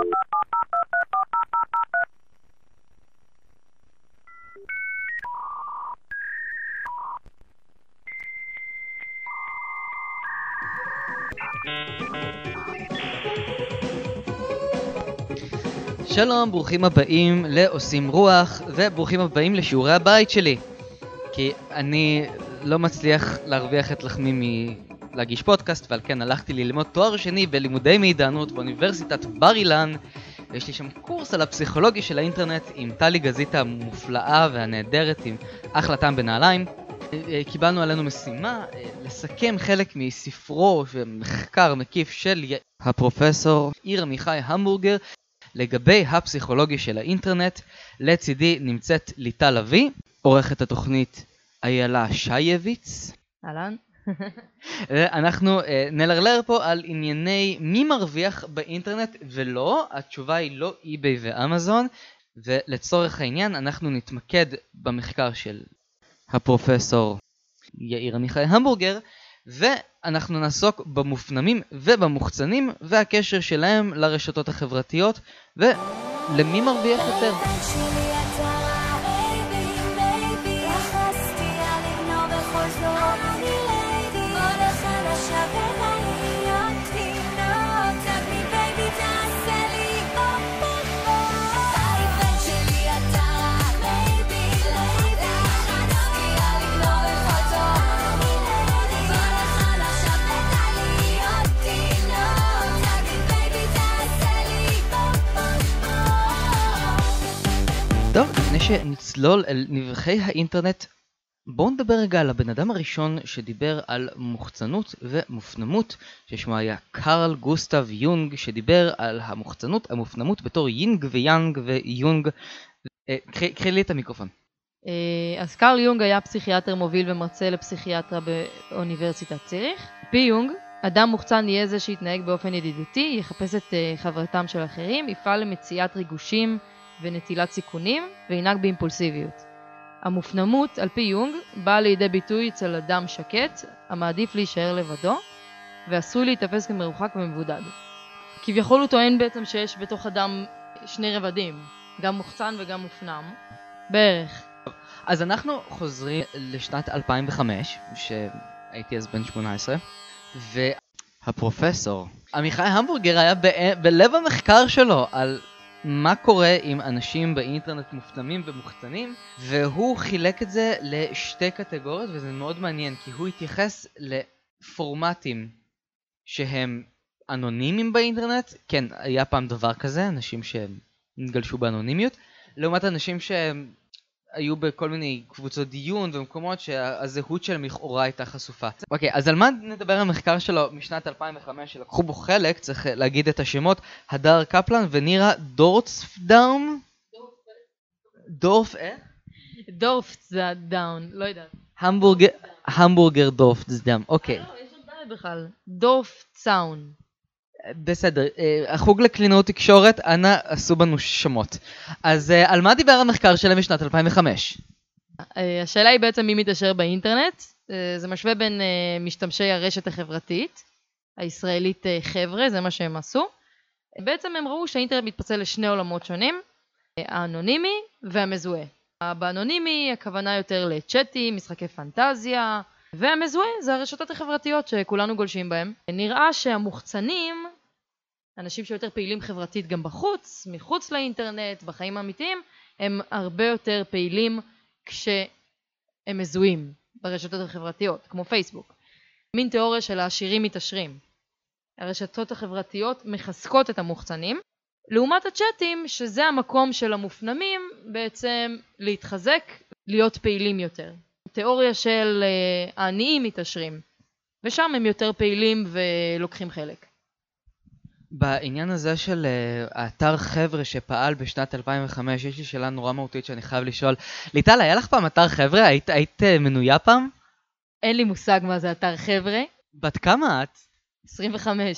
שלום, ברוכים הבאים לעושים רוח, וברוכים הבאים לשיעורי הבית שלי. כי אני לא מצליח להרוויח את לחמי מלהגיש פודקאסט, ועל כן הלכתי ללמוד תואר שני בלימודי מידענות באוניברסיטת בר אילן, ויש לי שם קורס על הפסיכולוגיה של האינטרנט עם טלי גזית המופלאה והנהדרת עם אחלה טעם בנעליים. קיבלנו עלינו משימה לסכם חלק מספרו ומחקר מקיף של הפרופסור עיר עמיחי המבורגר לגבי הפסיכולוגיה של האינטרנט. לצידי נמצאת ליטל לוי, עורכת התוכנית איילה שייביץ. אהלן. אנחנו נלרלר פה על ענייני מי מרוויח באינטרנט ולא, התשובה היא לא eBay ואמזון, ולצורך העניין אנחנו נתמקד במחקר של הפרופסור יאיר עמיחי המבורגר, ואנחנו נעסוק במופנמים ובמוחצנים והקשר שלהם לרשתות החברתיות ולמי מרוויח יותר. טוב, לפני שנצלול אל נבחי האינטרנט, בואו נדבר רגע על הבן אדם הראשון שדיבר על מוחצנות ומופנמות, ששמו היה קרל גוסטב יונג, שדיבר על המוחצנות, המופנמות בתור יינג ויאנג ויונג. קחי לי את המיקרופון. אז קרל יונג היה פסיכיאטר מוביל ומרצה לפסיכיאטרה באוניברסיטת ציריך. פי יונג, אדם מוחצן יהיה זה שיתנהג באופן ידידותי, יחפש את חברתם של אחרים, יפעל למציאת ריגושים ונטילת סיכונים, וינהג באימפולסיביות. המופנמות, על פי יונג, באה לידי ביטוי אצל אדם שקט, המעדיף להישאר לבדו, ועשוי להתאפס כמרוחק ומבודד. כביכול הוא טוען בעצם שיש בתוך אדם שני רבדים, גם מוחצן וגם מופנם, בערך. אז אנחנו חוזרים לשנת 2005, שהייתי אז בן 18, והפרופסור עמיחי המבורגר היה בלב המחקר שלו על מה קורה עם אנשים באינטרנט מופנמים ומוחצנים, והוא חילק את זה לשתי קטגוריות, וזה מאוד מעניין, כי הוא התייחס לפורמטים שהם אנונימיים באינטרנט. כן, היה פעם דבר כזה, אנשים שנגלשו באנונימיות, לעומת אנשים שהיו בכל מיני קבוצות דיון ומקומות שהזהות שלהם לכאורה הייתה חשופה. אוקיי, אז על מה נדבר המחקר שלו משנת 2005 שלקחו בו חלק? צריך להגיד את השמות: הדר קפלן ונירה דורפסדאום. דורפסדאום, לא יודעת. המבורגר דורפסדאום, אוקיי. לא, יש שם דעת בכלל. דורפסאון. בסדר, החוג לקלינאות תקשורת, אנא עשו בנו שמות. אז על מה דיבר המחקר שלהם בשנת 2005? השאלה היא בעצם מי מתאשר באינטרנט. זה משווה בין משתמשי הרשת החברתית הישראלית חבר'ה, זה מה שהם עשו. בעצם הם ראו שהאינטרנט מתפצל לשני עולמות שונים, האנונימי והמזוהה. באנונימי הכוונה יותר לצ'אטים, משחקי פנטזיה, והמזוהה זה הרשתות החברתיות שכולנו גולשים בהם. נראה שהמוחצנים, אנשים שיותר פעילים חברתית גם בחוץ, מחוץ לאינטרנט, בחיים האמיתיים, הם הרבה יותר פעילים כשהם מזוהים ברשתות החברתיות, כמו פייסבוק. מין תיאוריה של העשירים מתעשרים. הרשתות החברתיות מחזקות את המוחצנים, לעומת הצ'אטים, שזה המקום של המופנמים בעצם להתחזק, להיות פעילים יותר. תיאוריה של העניים מתעשרים, ושם הם יותר פעילים ולוקחים חלק. בעניין הזה של האתר חבר'ה שפעל בשנת 2005, יש לי שאלה נורא מהותית שאני חייב לשאול. ליטל, היה לך פעם אתר חבר'ה? היית מנויה פעם? אין לי מושג מה זה אתר חבר'ה. בת כמה את? 25.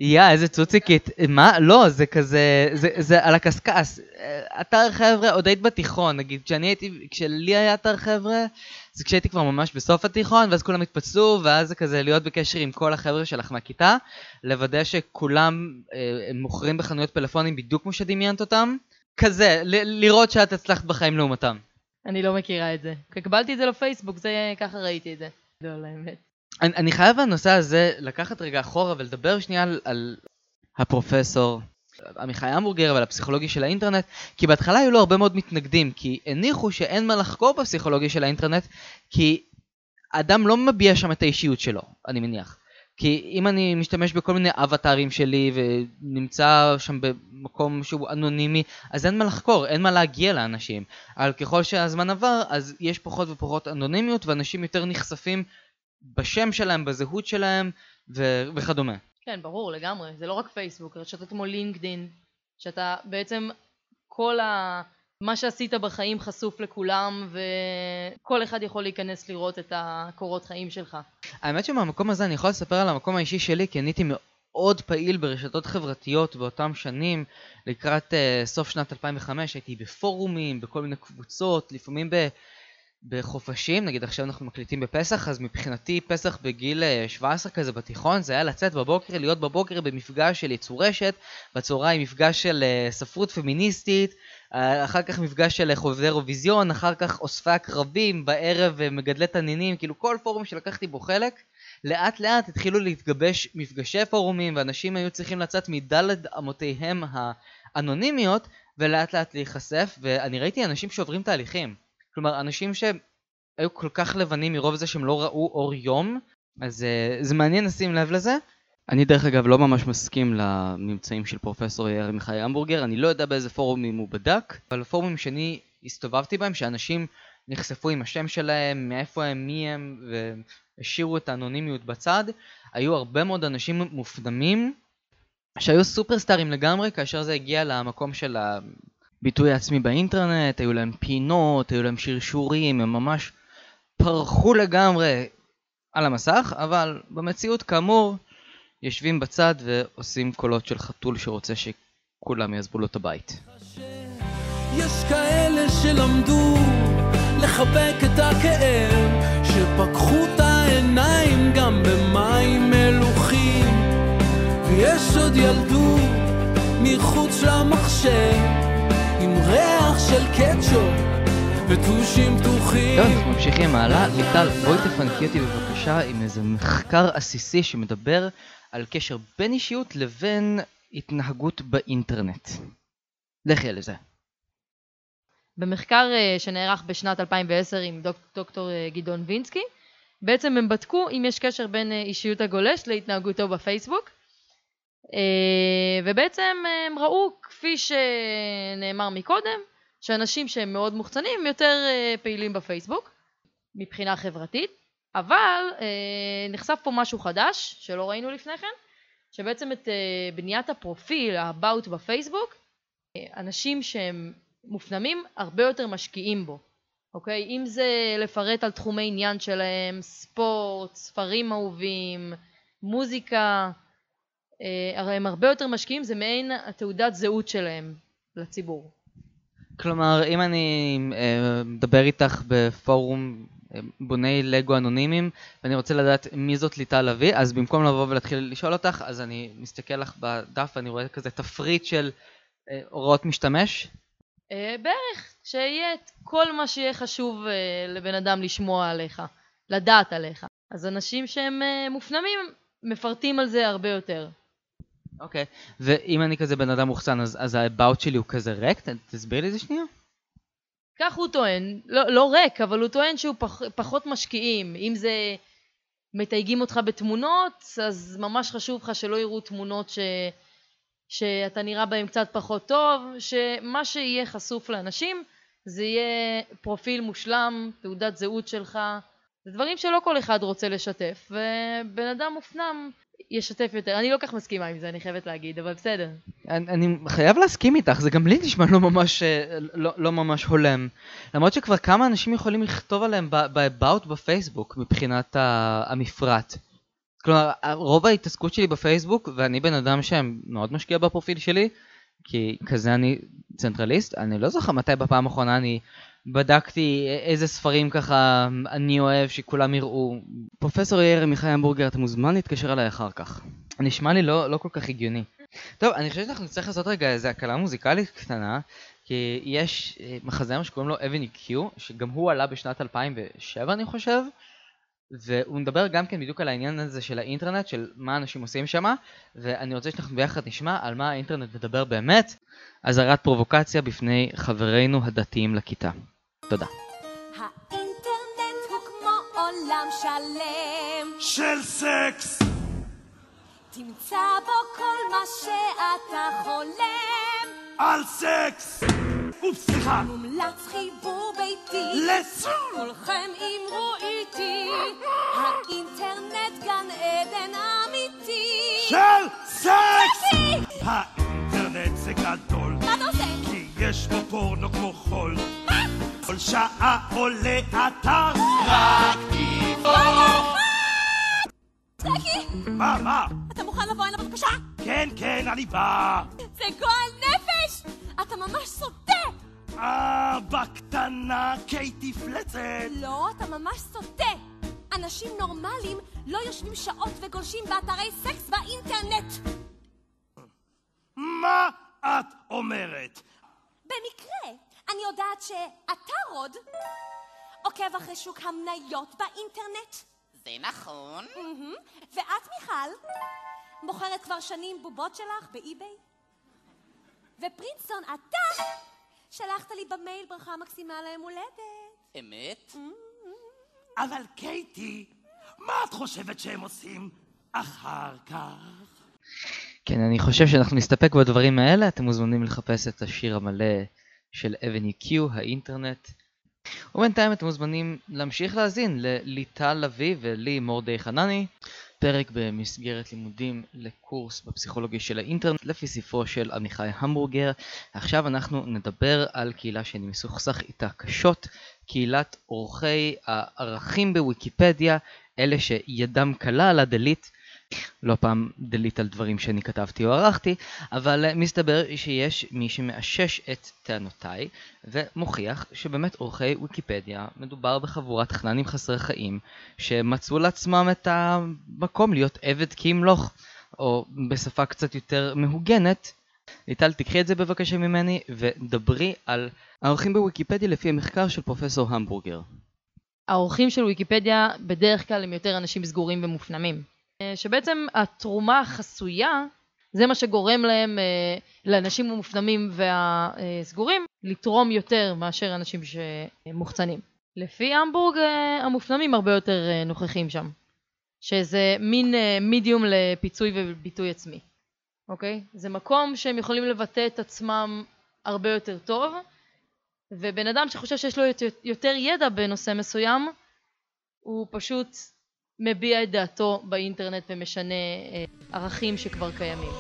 איזה צוציקית. מה? לא, זה כזה, זה על הקסקס. אתר חבר'ה, עוד היית בתיכון, נגיד, כשלי היה אתר חבר'ה, זה כשהייתי כבר ממש בסוף התיכון, ואז כולם התפצלו, ואז זה כזה להיות בקשר עם כל החבר'ה שלך מהכיתה, לוודא שכולם מוכרים בחנויות פלאפונים בדיוק כמו שדמיינת אותם, כזה, לראות שאת הצלחת בחיים לעומתם. אני לא מכירה את זה. קבלתי את זה לפייסבוק, ככה ראיתי את זה. לא, לאמת. אני חייב בנושא הזה לקחת רגע אחורה ולדבר שנייה על הפרופסור עמיחי המבורגר ועל הפסיכולוגיה של האינטרנט, כי בהתחלה היו לו הרבה מאוד מתנגדים, כי הניחו שאין מה לחקור בפסיכולוגיה של האינטרנט, כי אדם לא מביע שם את האישיות שלו, אני מניח. כי אם אני משתמש בכל מיני אבטרים שלי ונמצא שם במקום שהוא אנונימי, אז אין מה לחקור, אין מה להגיע לאנשים. אבל ככל שהזמן עבר, אז יש פחות ופחות אנונימיות, ואנשים יותר נחשפים בשם שלהם, בזהות שלהם וכדומה. כן, ברור, לגמרי. זה לא רק פייסבוק, רשתות כמו לינקדין, שאתה בעצם מה שעשית בחיים חשוף לכולם, וכל אחד יכול להיכנס לראות את הקורות חיים שלך. האמת שמהמקום הזה אני יכול לספר על המקום האישי שלי, כי אני הייתי מאוד פעיל ברשתות חברתיות באותם שנים, לקראת סוף שנת 2005, הייתי בפורומים, בכל מיני קבוצות, לפעמים בחופשים, נגיד עכשיו אנחנו מקליטים בפסח, אז מבחינתי פסח בגיל 17 כזה בתיכון, זה היה לצאת בבוקר, להיות בבוקר במפגש של יצור רשת, בצהריים מפגש של ספרות פמיניסטית, אחר כך מפגש של חובבי אירוויזיון, אחר כך אוספי הקרבים, בערב מגדלי תנינים, כאילו כל פורום שלקחתי בו חלק, לאט לאט התחילו להתגבש מפגשי פורומים, ואנשים היו צריכים לצאת מדלת אמותיהם האנונימיות, ולאט לאט להיחשף, ואני ראיתי אנשים שעוברים תהליכים. כלומר, אנשים שהיו כל כך לבנים מרוב זה שהם לא ראו אור יום, אז זה מעניין לשים לב לזה. אני דרך אגב לא ממש מסכים לממצאים של פרופסור עמיחי המבורגר, אני לא יודע באיזה פורומים הוא בדק, אבל הפורומים שאני הסתובבתי בהם, שאנשים נחשפו עם השם שלהם, מאיפה הם, מי הם, והשאירו את האנונימיות בצד, היו הרבה מאוד אנשים מופנמים, שהיו סופרסטארים לגמרי, כאשר זה הגיע למקום של ביטוי עצמי באינטרנט, היו להם פינות, היו להם שרשורים, הם ממש פרחו לגמרי על המסך, אבל במציאות כאמור יושבים בצד ועושים קולות של חתול שרוצה שכולם יעזבו לו את הבית. יש כאלה שלמדו לחבק את הכאב, שפקחו את העיניים גם במים מלוכים, ויש עוד ילדות מחוץ למחשב עם ריח של קטשופ וטושים פתוחים. טוב, אנחנו ממשיכים הלאה. ליטל, בואי תפנקי אותי בבקשה עם איזה מחקר עסיסי שמדבר על קשר בין אישיות לבין התנהגות באינטרנט. לכי על זה. במחקר שנערך בשנת 2010 עם דוקטור גדעון וינסקי, בעצם הם בדקו אם יש קשר בין אישיות הגולש להתנהגותו בפייסבוק, ובעצם הם ראו, כפי שנאמר מקודם, שאנשים שהם מאוד מוחצנים הם יותר פעילים בפייסבוק מבחינה חברתית, אבל נחשף פה משהו חדש שלא ראינו לפני כן, שבעצם את בניית הפרופיל, ה-about בפייסבוק, אנשים שהם מופנמים הרבה יותר משקיעים בו, אוקיי? אם זה לפרט על תחומי עניין שלהם, ספורט, ספרים אהובים, מוזיקה, הרי הם הרבה יותר משקיעים, זה מעין התעודת זהות שלהם לציבור. כלומר, אם אני מדבר איתך בפורום בוני לגו אנונימיים, ואני רוצה לדעת מי זאת ליטל לביא, אז במקום לבוא ולהתחיל לשאול אותך, אז אני מסתכל לך בדף ואני רואה כזה תפריט של הוראות משתמש. בערך, שיהיה את כל מה שיהיה חשוב לבן אדם לשמוע עליך, לדעת עליך. אז אנשים שהם מופנמים מפרטים על זה הרבה יותר. אוקיי, ואם אני כזה בן אדם מוחצן, אז ה-about שלי הוא כזה ריק? תסביר לי את זה שנייה? כך הוא טוען, לא ריק, אבל הוא טוען שהוא פחות משקיעים. אם זה מתייגים אותך בתמונות, אז ממש חשוב לך שלא יראו תמונות שאתה נראה בהם קצת פחות טוב, שמה שיהיה חשוף לאנשים, זה יהיה פרופיל מושלם, תעודת זהות שלך, זה דברים שלא כל אחד רוצה לשתף, ובן אדם מופנם ישתף יותר. אני לא כך מסכימה עם זה, אני חייבת להגיד, אבל בסדר. אני חייב להסכים איתך, זה גם לי נשמע לא ממש הולם. למרות שכבר כמה אנשים יכולים לכתוב עליהם ב-about בפייסבוק מבחינת המפרט. כלומר, רוב ההתעסקות שלי בפייסבוק, ואני בן אדם שמאוד משקיע בפרופיל שלי, כי כזה אני צנטרליסט, אני לא זוכר מתי בפעם האחרונה אני בדקתי איזה ספרים ככה אני אוהב שכולם יראו. פרופסור יאיר עמיחי המבורגר, אתה מוזמן להתקשר אליי אחר כך. נשמע לי לא כל כך הגיוני. טוב, אני חושב שאנחנו נצטרך לעשות רגע איזו הקלה מוזיקלית קטנה, כי יש מחזמר שקוראים לו אבני קיו, שגם הוא עלה בשנת 2007 אני חושב, והוא מדבר גם כן בדיוק על העניין הזה של האינטרנט, של מה אנשים עושים שם, ואני רוצה שאנחנו ביחד נשמע על מה האינטרנט מדבר באמת. אזהרת פרובוקציה בפני חברינו הדתיים לכיתה. תודה. האינטרנט הוא כמו עולם שלם של סקס! תמצא בו כל מה שאתה חולם על סקס! ופסיכה! מומלץ חיבור ביתי לסום! כולכם אמרו איתי האינטרנט גן עדן אמיתי של סקס! סקסי! האינטרנט זה גדול, מה אתה עושה? כי יש בו פורנו כמו חול. כל שעה עולה אתר רק טיפו. צחי! מה? אתה מוכן לבוא הנה בבקשה? כן, אני בא. זה גועל נפש! אתה ממש סוטה! בקטנה קייטי פלצת. לא, אתה ממש סוטה! אנשים נורמליים לא יושבים שעות וגולשים באתרי סקס באינטרנט! מה את אומרת? במקרה, אני יודעת שאתה רוד עוקב אחרי שוק המניות באינטרנט. זה נכון. ואת מיכל מוכרת כבר שנים בובות שלך באי-ביי. ופרינסון, אתה שלחת לי במייל ברכה מקסימה ליום הולדת. אמת? אבל קייטי, מה את חושבת שהם עושים אחר כך? כן, אני חושב שאנחנו נסתפק בדברים האלה. אתם מוזמנים לחפש את השיר המלא של אבני קיו, האינטרנט. ובינתיים אתם מוזמנים להמשיך להאזין לליטל לביא ולי מורדי חנני, פרק במסגרת לימודים לקורס בפסיכולוגיה של האינטרנט לפי ספרו של עמיחי המבורגר. עכשיו אנחנו נדבר על קהילה שאני מסוכסך איתה קשות, קהילת עורכי הערכים בוויקיפדיה, אלה שידם קלה על הדליט. לא פעם דליט על דברים שאני כתבתי או ערכתי, אבל מסתבר שיש מי שמאשש את טענותיי ומוכיח שבאמת עורכי ויקיפדיה מדובר בחבורת חננים חסרי חיים שמצאו לעצמם את המקום להיות עבד כימלוך, או בשפה קצת יותר מהוגנת. ליטל, תקחי את זה בבקשה ממני ודברי על העורכים בוויקיפדיה לפי המחקר של פרופסור המבורגר. העורכים של ויקיפדיה בדרך כלל הם יותר אנשים סגורים ומופנמים. שבעצם התרומה החסויה זה מה שגורם להם, לאנשים המופנמים והסגורים, לתרום יותר מאשר אנשים שמוחצנים. לפי המבורג המופנמים הרבה יותר נוכחים שם, שזה מין מידיום לפיצוי וביטוי עצמי. אוקיי? זה מקום שהם יכולים לבטא את עצמם הרבה יותר טוב, ובן אדם שחושב שיש לו יותר ידע בנושא מסוים, הוא פשוט מביע את דעתו באינטרנט ומשנה ערכים שכבר קיימים.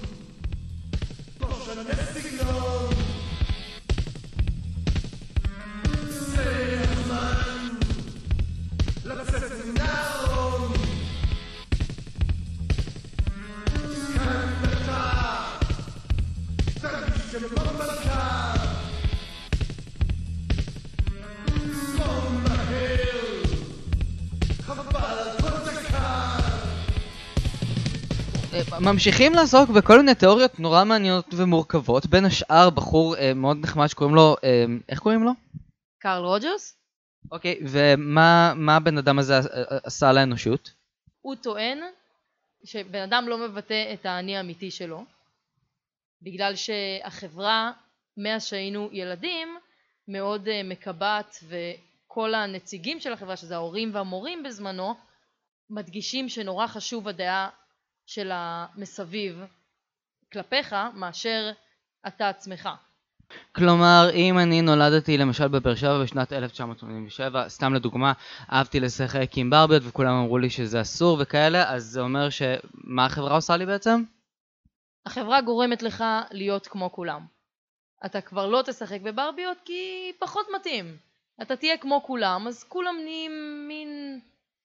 ממשיכים לעסוק בכל מיני תיאוריות נורא מעניינות ומורכבות, בין השאר בחור מאוד נחמד שקוראים לו, איך קוראים לו? קרל רוג'רס? אוקיי, ומה הבן אדם הזה עשה לאנושות? הוא טוען שבן אדם לא מבטא את האני האמיתי שלו, בגלל שהחברה, מאז שהיינו ילדים, מאוד מקבעת, וכל הנציגים של החברה, שזה ההורים והמורים בזמנו, מדגישים שנורא חשוב הדעה של המסביב כלפיך מאשר אתה עצמך. כלומר, אם אני נולדתי למשל בבאר שבע בשנת 1987, סתם לדוגמה, אהבתי לשחק עם ברביות וכולם אמרו לי שזה אסור וכאלה, אז זה אומר שמה החברה עושה לי בעצם? החברה גורמת לך להיות כמו כולם. אתה כבר לא תשחק בברביות כי פחות מתאים. אתה תהיה כמו כולם, אז כולם נהיים מין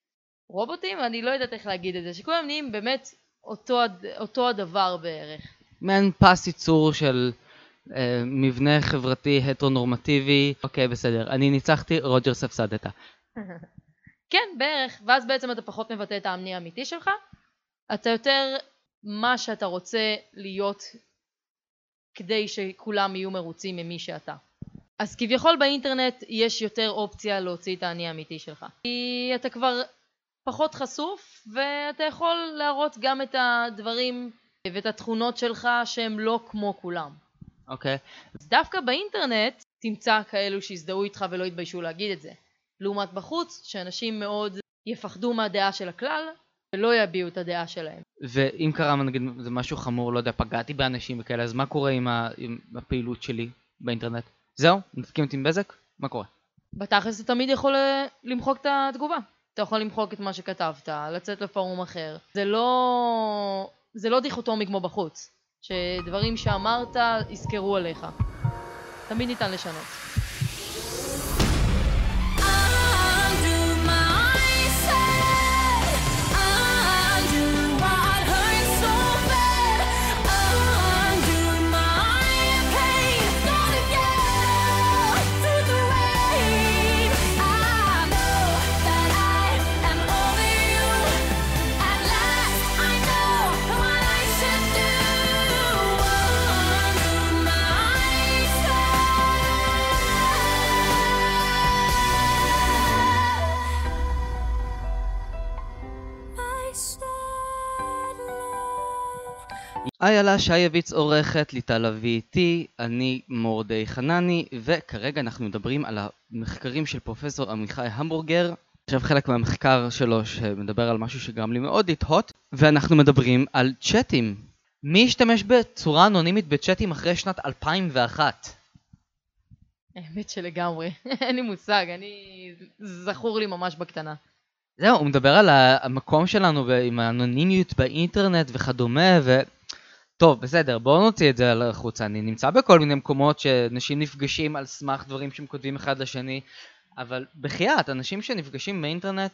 רובוטים, אני לא יודעת איך להגיד את זה, שכולם נהיים באמת אותו הדבר בערך. מעין פס ייצור של מבנה חברתי הטרונורמטיבי. אוקיי, בסדר, אני ניצחתי, רוג'רס הפסדת. כן, בערך, ואז בעצם אתה פחות מבטא את האני האמיתי שלך, אתה יותר מה שאתה רוצה להיות כדי שכולם יהיו מרוצים ממי שאתה. אז כביכול באינטרנט יש יותר אופציה להוציא את האני האמיתי שלך. כי אתה כבר פחות חשוף, ואתה יכול להראות גם את הדברים ואת התכונות שלך שהם לא כמו כולם. אוקיי. אז דווקא באינטרנט תמצא כאלו שיזדהו איתך ולא יתביישו להגיד את זה. לעומת בחוץ, שאנשים מאוד יפחדו מהדעה של הכלל, ולא יביעו את הדעה שלהם. ואם קרה, נגיד, זה משהו חמור, לא יודע, פגעתי באנשים וכאלה, אז מה קורה עם הפעילות שלי באינטרנט? זהו? נתקים אותי עם בזק? מה קורה? בתכלס אתה תמיד יכול למחוק את התגובה. אתה יכול למחוק את מה שכתבת, לצאת לפורום אחר. זה לא דיכוטומי כמו בחוץ. שדברים שאמרת יזכרו עליך. תמיד ניתן לשנות. איילה שייביץ עורכת, ליטל אבי איתי, אני מורדי חנני, וכרגע אנחנו מדברים על המחקרים של פרופסור עמיחי המבורגר. עכשיו חלק מהמחקר שלו שמדבר על משהו שגרם לי מאוד לתהות, ואנחנו מדברים על צ'אטים. מי ישתמש בצורה אנונימית בצ'אטים אחרי שנת 2001? האמת שלגמרי, אין לי מושג, זכור לי ממש בקטנה. זהו, הוא מדבר על המקום שלנו עם האנונימיות באינטרנט וכדומה, טוב, בסדר, בואו נוציא את זה על החוצה. אני נמצא בכל מיני מקומות שאנשים נפגשים על סמך דברים שהם כותבים אחד לשני, אבל בחייאת, אנשים שנפגשים באינטרנט,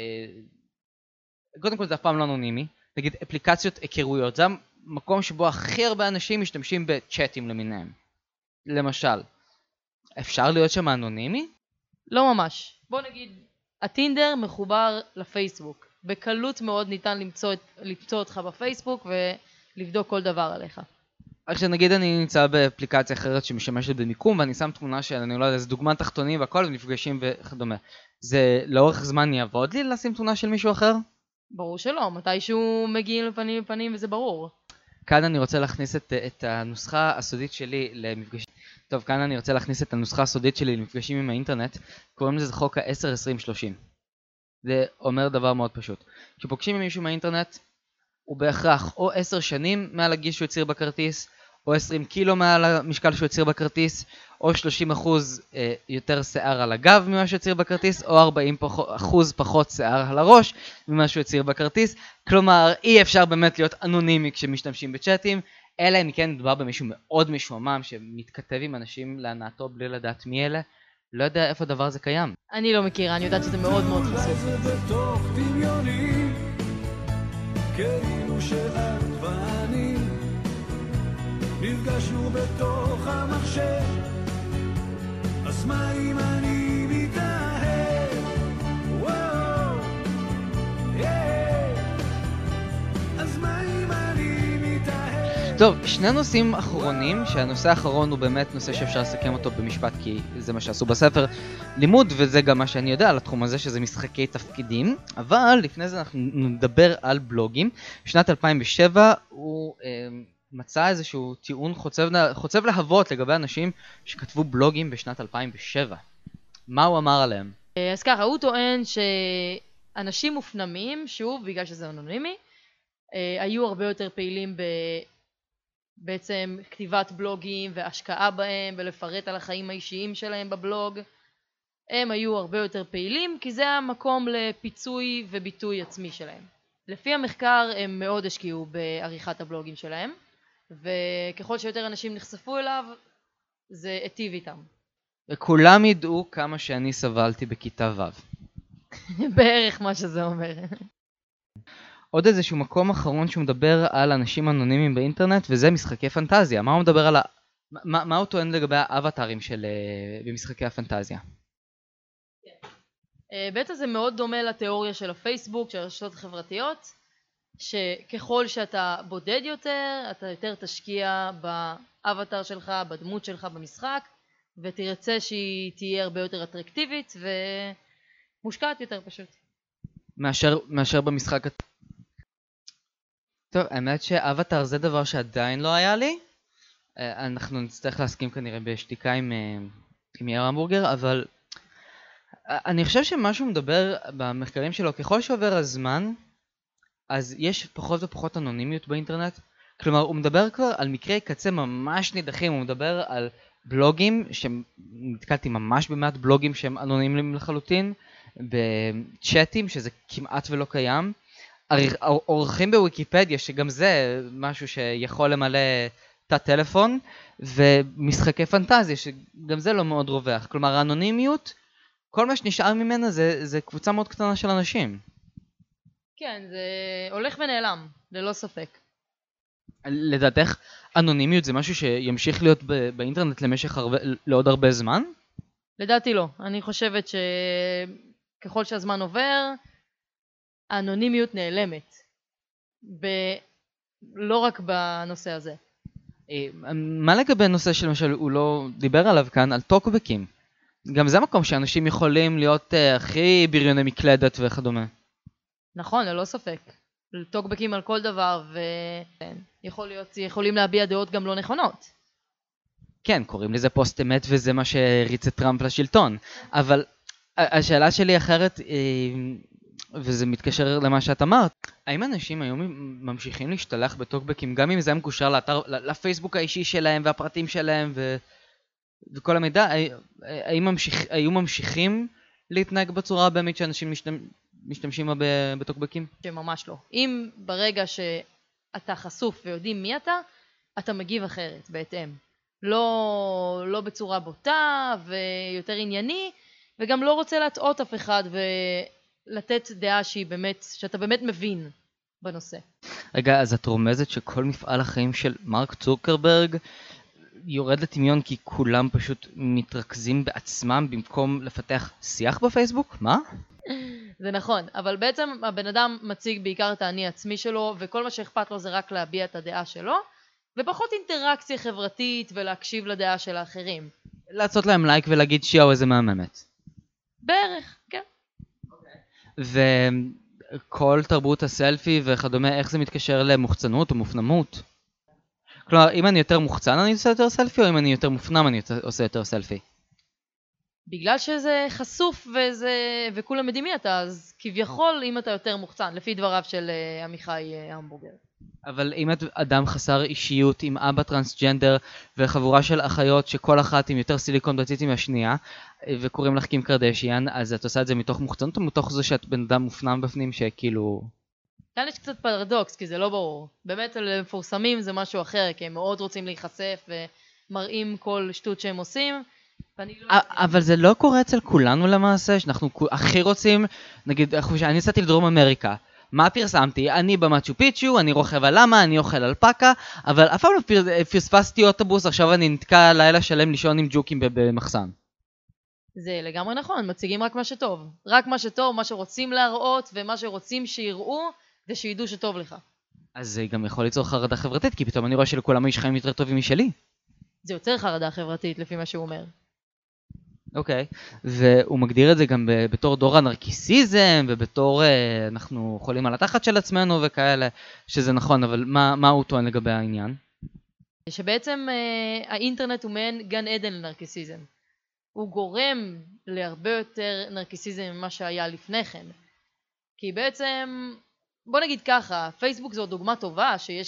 קודם כל זה אף פעם לא אנונימי, נגיד אפליקציות היכרויות, זה המקום שבו הכי הרבה אנשים משתמשים בצ'אטים למיניהם. למשל, אפשר להיות שם אנונימי? לא ממש. בוא נגיד, הטינדר מחובר לפייסבוק. בקלות מאוד ניתן למצוא אותך בפייסבוק ולבדוק כל דבר עליך. עכשיו נגיד אני נמצא באפליקציה אחרת שמשמשת במיקום ואני שם תמונה של, אני לא יודע, זה דוגמן תחתונים והכל ונפגשים וכדומה. זה לאורך זמן יעבוד לי לשים תמונה של מישהו אחר? ברור שלא, מתישהו מגיעים לפנים בפנים וזה ברור. כאן אני רוצה להכניס את הנוסחה הסודית שלי למפגשים. טוב, כאן אני רוצה להכניס את הנוסחה הסודית שלי למפגשים עם האינטרנט. קוראים לזה חוק ה-10-20-30. זה אומר דבר מאוד פשוט. כשפוגשים עם מישהו מהאינטרנט, הוא בהכרח או 10 שנים מעל הגיל שהוא יציר בכרטיס, או 20 קילו מעל המשקל שהוא יציר בכרטיס, או 30% יותר שיער על הגב ממה שהוא יציר בכרטיס, או 40% פחות שיער על הראש ממה שהוא יציר בכרטיס. כלומר, אי אפשר באמת להיות אנונימי כשמשתמשים בצ'אטים, אלא אם כן מדובר במישהו מאוד משועמם שמתכתב עם אנשים להנאתו בלי לדעת מי אלה. לא יודע איפה הדבר הזה קיים. אני לא מכירה, אני יודעת שזה מאוד מאוד חשוף. בתוך דמיוני, כאילו שאת ואני נפגשנו בתוך המחשב, אז מה אם אני מתאהב? וואו, אז מה אם אני מתאהב? טוב, שני נושאים אחרונים, שהנושא האחרון הוא באמת נושא שאפשר לסכם אותו במשפט כי זה מה שעשו בספר לימוד, וזה גם מה שאני יודע על התחום הזה שזה משחקי תפקידים. אבל לפני זה אנחנו נדבר על בלוגים. בשנת 2007 הוא מצא איזשהו טיעון חוצב להבות לגבי אנשים שכתבו בלוגים בשנת 2007. מה הוא אמר עליהם? אז ככה, הוא טוען שאנשים מופנמים, שוב, בגלל שזה אנונימי, היו הרבה יותר פעילים בעצם כתיבת בלוגים והשקעה בהם ולפרט על החיים האישיים שלהם בבלוג. הם היו הרבה יותר פעילים כי זה המקום לפיצוי וביטוי עצמי שלהם. לפי המחקר הם מאוד השקיעו בעריכת הבלוגים שלהם, וככל שיותר אנשים נחשפו אליו זה היטיב איתם. וכולם ידעו כמה שאני סבלתי בכיתה ו'. בערך מה שזה אומר. עוד איזשהו מקום אחרון שהוא מדבר על אנשים אנונימיים באינטרנט, וזה משחקי פנטזיה. מה הוא מדבר על מה הוא טוען לגבי האבטרים של במשחקי הפנטזיה? בעצם זה מאוד דומה לתיאוריה של הפייסבוק, של הרשתות החברתיות, שככל שאתה בודד יותר, אתה יותר תשקיע באבטר שלך, בדמות שלך במשחק, ותרצה שהיא תהיה הרבה יותר אטרקטיבית ומושקעת יותר פשוט. מאשר במשחק. טוב, האמת שאבטר זה דבר שעדיין לא היה לי. אנחנו נצטרך להסכים כנראה בשתיקה עם יאיר המבורגר, אבל אני חושב שמשהו מדבר במחקרים שלו, ככל שעובר הזמן, אז יש פחות ופחות אנונימיות באינטרנט. כלומר, הוא מדבר כבר על מקרי קצה ממש נידחים, הוא מדבר על בלוגים, שנתקלתי ממש במעט בלוגים שהם אנונימיים לחלוטין, בצ'אטים, שזה כמעט ולא קיים, עורכים בוויקיפדיה, שגם זה משהו שיכול למלא תת טלפון, ומשחקי פנטזיה, שגם זה לא מאוד רווח. כלומר, האנונימיות, כל מה שנשאר ממנה זה קבוצה מאוד קטנה של אנשים. כן, זה הולך ונעלם, ללא ספק. לדעתך, אנונימיות זה משהו שימשיך להיות באינטרנט לעוד הרבה זמן? לדעתי לא. אני חושבת שככל שהזמן עובר, האנונימיות נעלמת. לא רק בנושא הזה. מה לגבי נושא שלמשל הוא לא דיבר עליו כאן, על טוקבקים? גם זה מקום שאנשים יכולים להיות הכי בריוני מקלדת וכדומה. נכון, ללא ספק. טוקבקים על כל דבר, יכולים להביע דעות גם לא נכונות. כן, קוראים לזה פוסט אמת וזה מה שהריץ את טראמפ לשלטון. אבל השאלה שלי אחרת, וזה מתקשר למה שאת אמרת, האם אנשים היום ממשיכים להשתלח בטוקבקים, גם אם זה מקושר לאתר, לפייסבוק האישי שלהם והפרטים שלהם וכל המידע, היו ממשיכים להתנהג בצורה באמת שאנשים משתמשים בטוקבקים? שממש לא. אם ברגע שאתה חשוף ויודעים מי אתה מגיב אחרת בהתאם. לא בצורה בוטה ויותר ענייני, וגם לא רוצה להטעות אף אחד ולתת דעה שאתה באמת מבין בנושא. רגע, אז את רומזת שכל מפעל החיים של מרק צוקרברג יורד לטמיון כי כולם פשוט מתרכזים בעצמם במקום לפתח שיח בפייסבוק? מה? זה נכון, אבל בעצם הבן אדם מציג בעיקר את האני עצמי שלו, וכל מה שאכפת לו זה רק להביע את הדעה שלו, ופחות אינטראקציה חברתית ולהקשיב לדעה של האחרים. לעשות להם לייק ולהגיד שיהו איזה מהממת. בערך, כן. וכל תרבות הסלפי וכדומה, איך זה מתקשר למוחצנות או מופנמות? כלומר, אם אני יותר מוחצן אני עושה יותר סלפי, או אם אני יותר מופנם אני עושה יותר סלפי? בגלל שזה חשוף וכולם יודעים מי אתה, אז כביכול אם אתה יותר מוחצן, לפי דבריו של עמיחי המבורגר. אבל אם את אדם חסר אישיות עם אבא טרנסג'נדר וחבורה של אחיות שכל אחת עם יותר סיליקון בציצי מהשנייה, וקוראים לך קים קרדשיאן, אז את עושה את זה מתוך מוחצנות או מתוך זה שאת בן אדם מופנם בפנים שכאילו... כאן יש קצת פרדוקס, כי זה לא ברור. באמת למפורסמים זה משהו אחר, כי הם מאוד רוצים להיחשף ומראים כל שטות שהם עושים. אבל זה לא קורה אצל כולנו למעשה, שאנחנו הכי רוצים, נגיד, אני יצאתי לדרום אמריקה, מה פרסמתי? אני במצ'ו פיצ'ו, אני רוכב על למה, אני אוכל אלפקה, אבל אף פעם לא פרספסתי אוטובוס, עכשיו אני נתקע לילה שלם לישון עם ג'וקים במחסן. זה לגמרי נכון, מציגים רק מה שטוב. רק מה שטוב, מה שרוצים להראות, ומה שרוצים שיראו, זה שידעו שטוב לך. אז זה גם יכול ליצור חרדה חברתית, כי פתאום אני רואה שלכולם יש חיים יותר טובים משלי. זה יוצר חרדה חברתית, לפי מה שהוא אומר. אוקיי, והוא מגדיר את זה גם בתור דור הנרקיסיזם, ובתור אנחנו חולים על התחת של עצמנו וכאלה, שזה נכון, אבל מה הוא טוען לגבי העניין? שבעצם האינטרנט הוא מעין גן עדן לנרקיסיזם. הוא גורם להרבה יותר נרקיסיזם ממה שהיה לפני כן. כי בעצם, בוא נגיד ככה, פייסבוק זו דוגמה טובה, שיש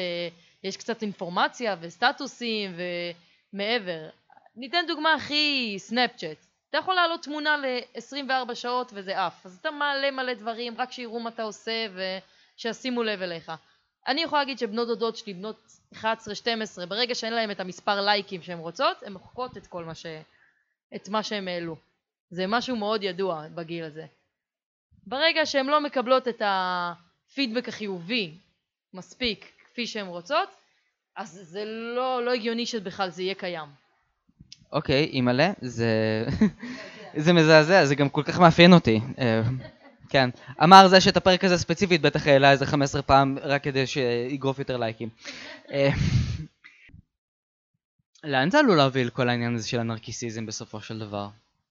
קצת אינפורמציה וסטטוסים ומעבר. ניתן דוגמה הכי סנאפצ'אט. אתה יכול להעלות תמונה ל-24 שעות וזה אף. אז אתה מעלה מלא דברים, רק שיראו מה אתה עושה ושישימו לב אליך. אני יכולה להגיד שבנות דודות שלי, בנות 11-12, ברגע שאין להם את המספר לייקים שהן רוצות, הן מוחקות את מה שהם העלו. זה משהו מאוד ידוע בגיל הזה. ברגע שהן לא מקבלות את הפידבק החיובי מספיק כפי שהן רוצות, אז זה לא הגיוני שבכלל זה יהיה קיים. אוקיי, אימא'לה, זה מזעזע, זה גם כל כך מאפיין אותי. כן, אמר זה שאת הפרק הזה ספציפית בטח העלה איזה 15 פעם רק כדי שיגרוף יותר לייקים. לאן זה עלול להוביל כל העניין הזה של הנרקיסיזם בסופו של דבר?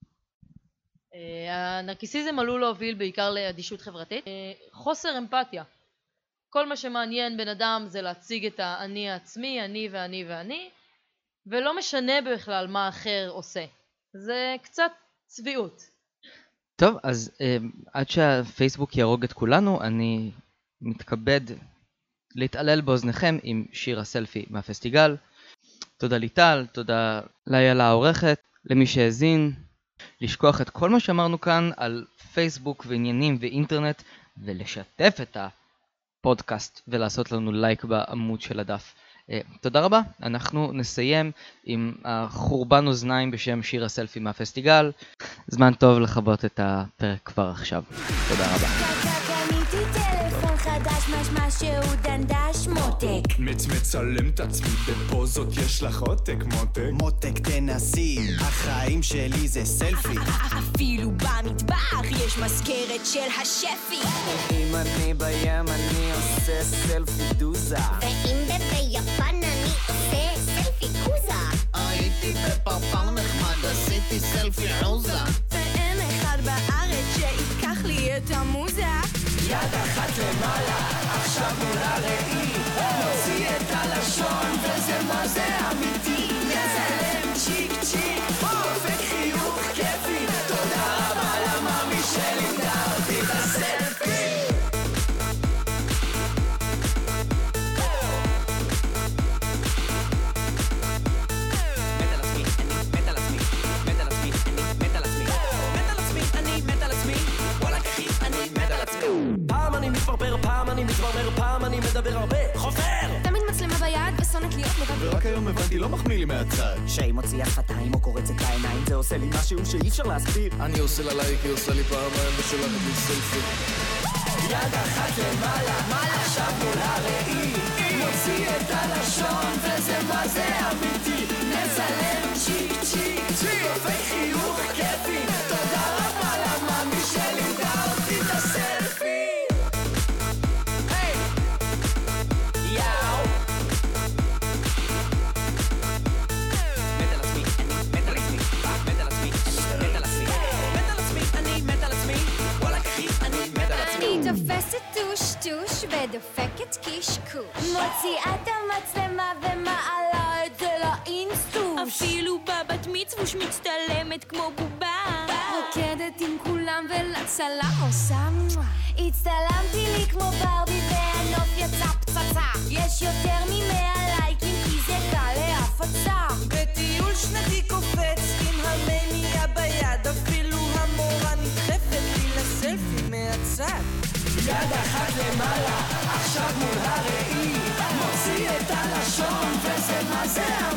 הנרקיסיזם עלול להוביל בעיקר לאדישות חברתית, חוסר אמפתיה. כל מה שמעניין בן אדם זה להציג את האני העצמי, אני ואני ואני, ולא משנה בכלל מה אחר עושה. זה קצת צביעות. טוב, אז עד שהפייסבוק ירוג את כולנו, אני מתכבד להתעלל באוזניכם עם שיר הסלפי מהפסטיגל. תודה ליטל, תודה לאיילה העורכת, למי שהאזין. לשכוח את כל מה שאמרנו כאן על פייסבוק ועניינים ואינטרנט, ולשתף את הפודקאסט ולעשות לנו לייק בעמוד של הדף. תודה רבה, אנחנו נסיים עם החורבן אוזניים בשם שיר הסלפי מהפסטיגל. זמן טוב לחבות את הפרק כבר עכשיו. תודה רבה. קניתי טלפון חדש, משמע שהוא דנדש מותק. מצלם את עצמי בפוזות, יש לך עותק מותק. מותק תנסי, החיים שלי זה סלפי. אפילו במטבח יש מזכרת של השפי. אם אני בים אני עושה סלפי דוזה. ואם ביפן אני עושה סלפי קוזה. הייתי בפרפר נחמד, עשיתי סלפי עוזה. ואין אחד בארץ שיקח לי את המוזה. יד אחת למעלה, עכשיו מול הראי, מוציא את הלשון וזה מה זה אמיתי. מצלם צ'יק צ'יק, דופק חיוך כיפי. תודה רבה למאמי שלימדה אותי את הסלפי. פעם אני מתפרפר, פעם אני מתמרמר, פעם אני מדבר הרבה, חופר! תמיד מצלמה ביד ושונאת להיות לבד. ורק היום הבנתי, לא מחמיא לי מהצד. שהיא מוציאה שפתיים או קורצת לעיניים, זה עושה לי משהו שאי אפשר להסביר. אני עושה לה לייק, היא עושה לי פעמיים ושולחת לי סלפי. יד אחת למעלה, עכשיו מול הראי, מוציא את הלשון וזה מה זה אמיתי. מצלם צ'יק צ'יק, דופק חיוך כיפי. תודה רבה למאמי שלימדה אותי את הסלפי. תופסת טוש ודופקת קשקוש. מוציאה את המצלמה ומעלה את זה לאינסטוש. אפילו בבת מצווש מצטלמת כמו בובה. רוקדת עם כולם ולצלם עושה מואה. הצטלמתי לי כמו ברבי והנוף יצא פצצה. יש יותר מ100 לייקים כי זה קל להפצה. בטיול שנתי קופץ עם המניה ביד. אפילו המורה נדחפת לי לסלפי מהצד. יד אחת למעלה, עכשיו מול הראי, מוציא את הלשון וזה מה זה